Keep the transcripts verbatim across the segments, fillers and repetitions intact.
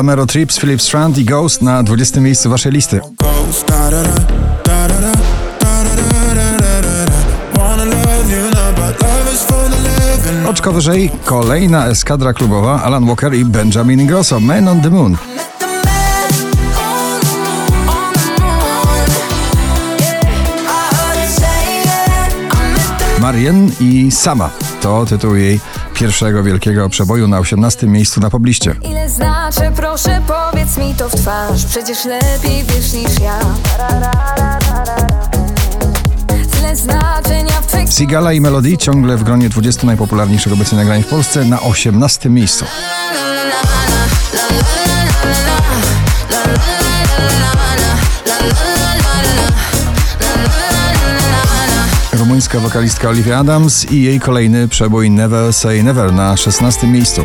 Amero Trips, Philip Strand i Ghost na dwudziestym miejscu waszej listy. Oczko wyżej kolejna eskadra klubowa, Alan Walker i Benjamin Ingrosso, Man on the Moon. Marian i Sama to tytuł jej pierwszego wielkiego przeboju na osiemnastym miejscu na pobliście. Ile znaczy, proszę powiedz mi to w twarz, przecież lepiej wiesz niż ja. Tyle znaczenia w twych... Sigala i Melody ciągle w gronie dwudziestu najpopularniejszych obecnie nagrań w Polsce na osiemnastym miejscu. Rumuńska wokalistka Olivia Adams i jej kolejny przebój Never Say Never na szesnastym miejscu.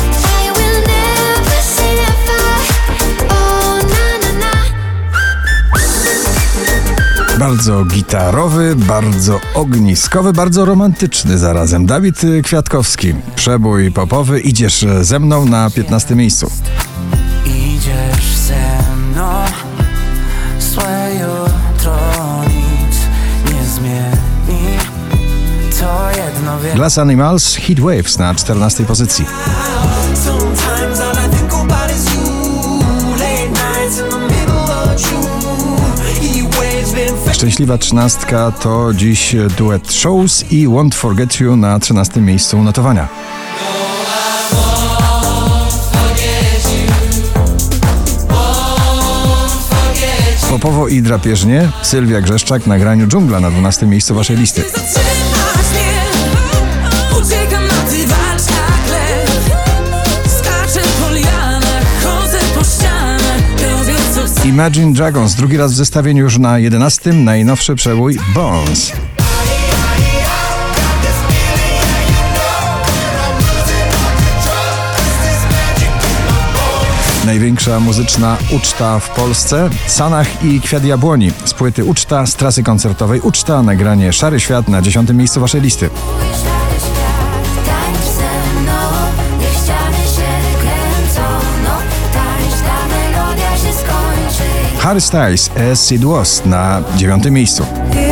Bardzo gitarowy, bardzo ogniskowy, bardzo romantyczny zarazem. Dawid Kwiatkowski, przebój popowy Idziesz ze mną na piętnastym miejscu. Idziesz ze mną, złe jutro nic nie zmieni, to jedno wiem. Glass Animals, Heat Waves na czternastej pozycji. Szczęśliwa trzynastka to dziś duet Shows i Won't Forget You na trzynastym miejscu notowania. Popowo i drapieżnie Sylwia Grzeszczak w nagraniu Dżungla na dwunastym miejscu waszej listy. Imagine Dragons drugi raz w zestawieniu już na jedenastym, najnowszy przebój Bones. Największa muzyczna uczta w Polsce, Sanach i Kwiat Jabłoni z płyty Uczta, z trasy koncertowej Uczta, nagranie Szary Świat na dziesiątym miejscu waszej listy. Harry Styles, As It Was na dziewiątym miejscu.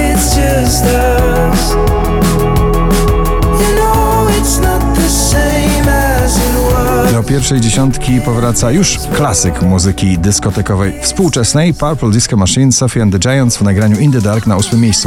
Do pierwszej dziesiątki powraca już klasyk muzyki dyskotekowej współczesnej, Purple Disco Machine, Sophie and the Giants w nagraniu In the Dark na ósmym miejscu.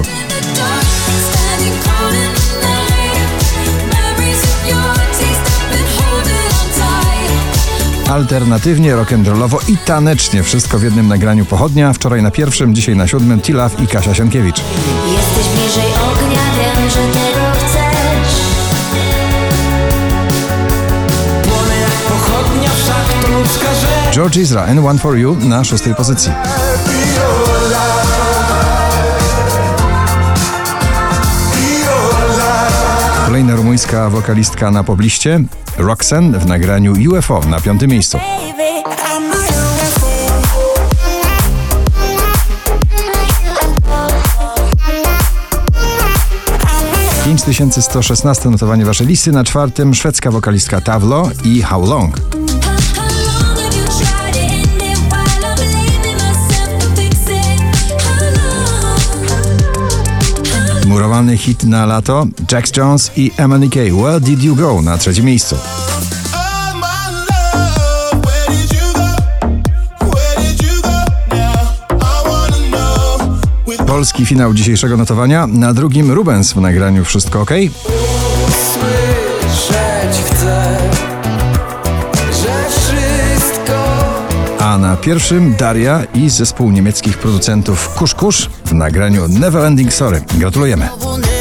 Alternatywnie, rock'n'rollowo i tanecznie wszystko w jednym nagraniu Pochodnia. Wczoraj na pierwszym, dzisiaj na siódmym T-Love i Kasia Sienkiewicz. Jesteś bliżej ognia, wiem, że tego chcesz. Płonę jak pochodnia, wszak to ludzka rzecz. George Ezra and One for You na szóstej pozycji. Kolejna rumuńska wokalistka na pobliście, Roxanne w nagraniu U F O na piątym miejscu. pięć tysięcy sto szesnaście notowanie waszej listy, na czwartym szwedzka wokalistka Tavlo i How Long. Murowany hit na lato, Jax Jones i M N E K, Where Did You Go na trzecim miejscu. Polski finał dzisiejszego notowania, na drugim Rubens w nagraniu Wszystko OK. Słyszeć chcę, że wszystko. A na pierwszym Daria i zespół niemieckich producentów Kusz Kusz w nagraniu Never Ending Story. Gratulujemy.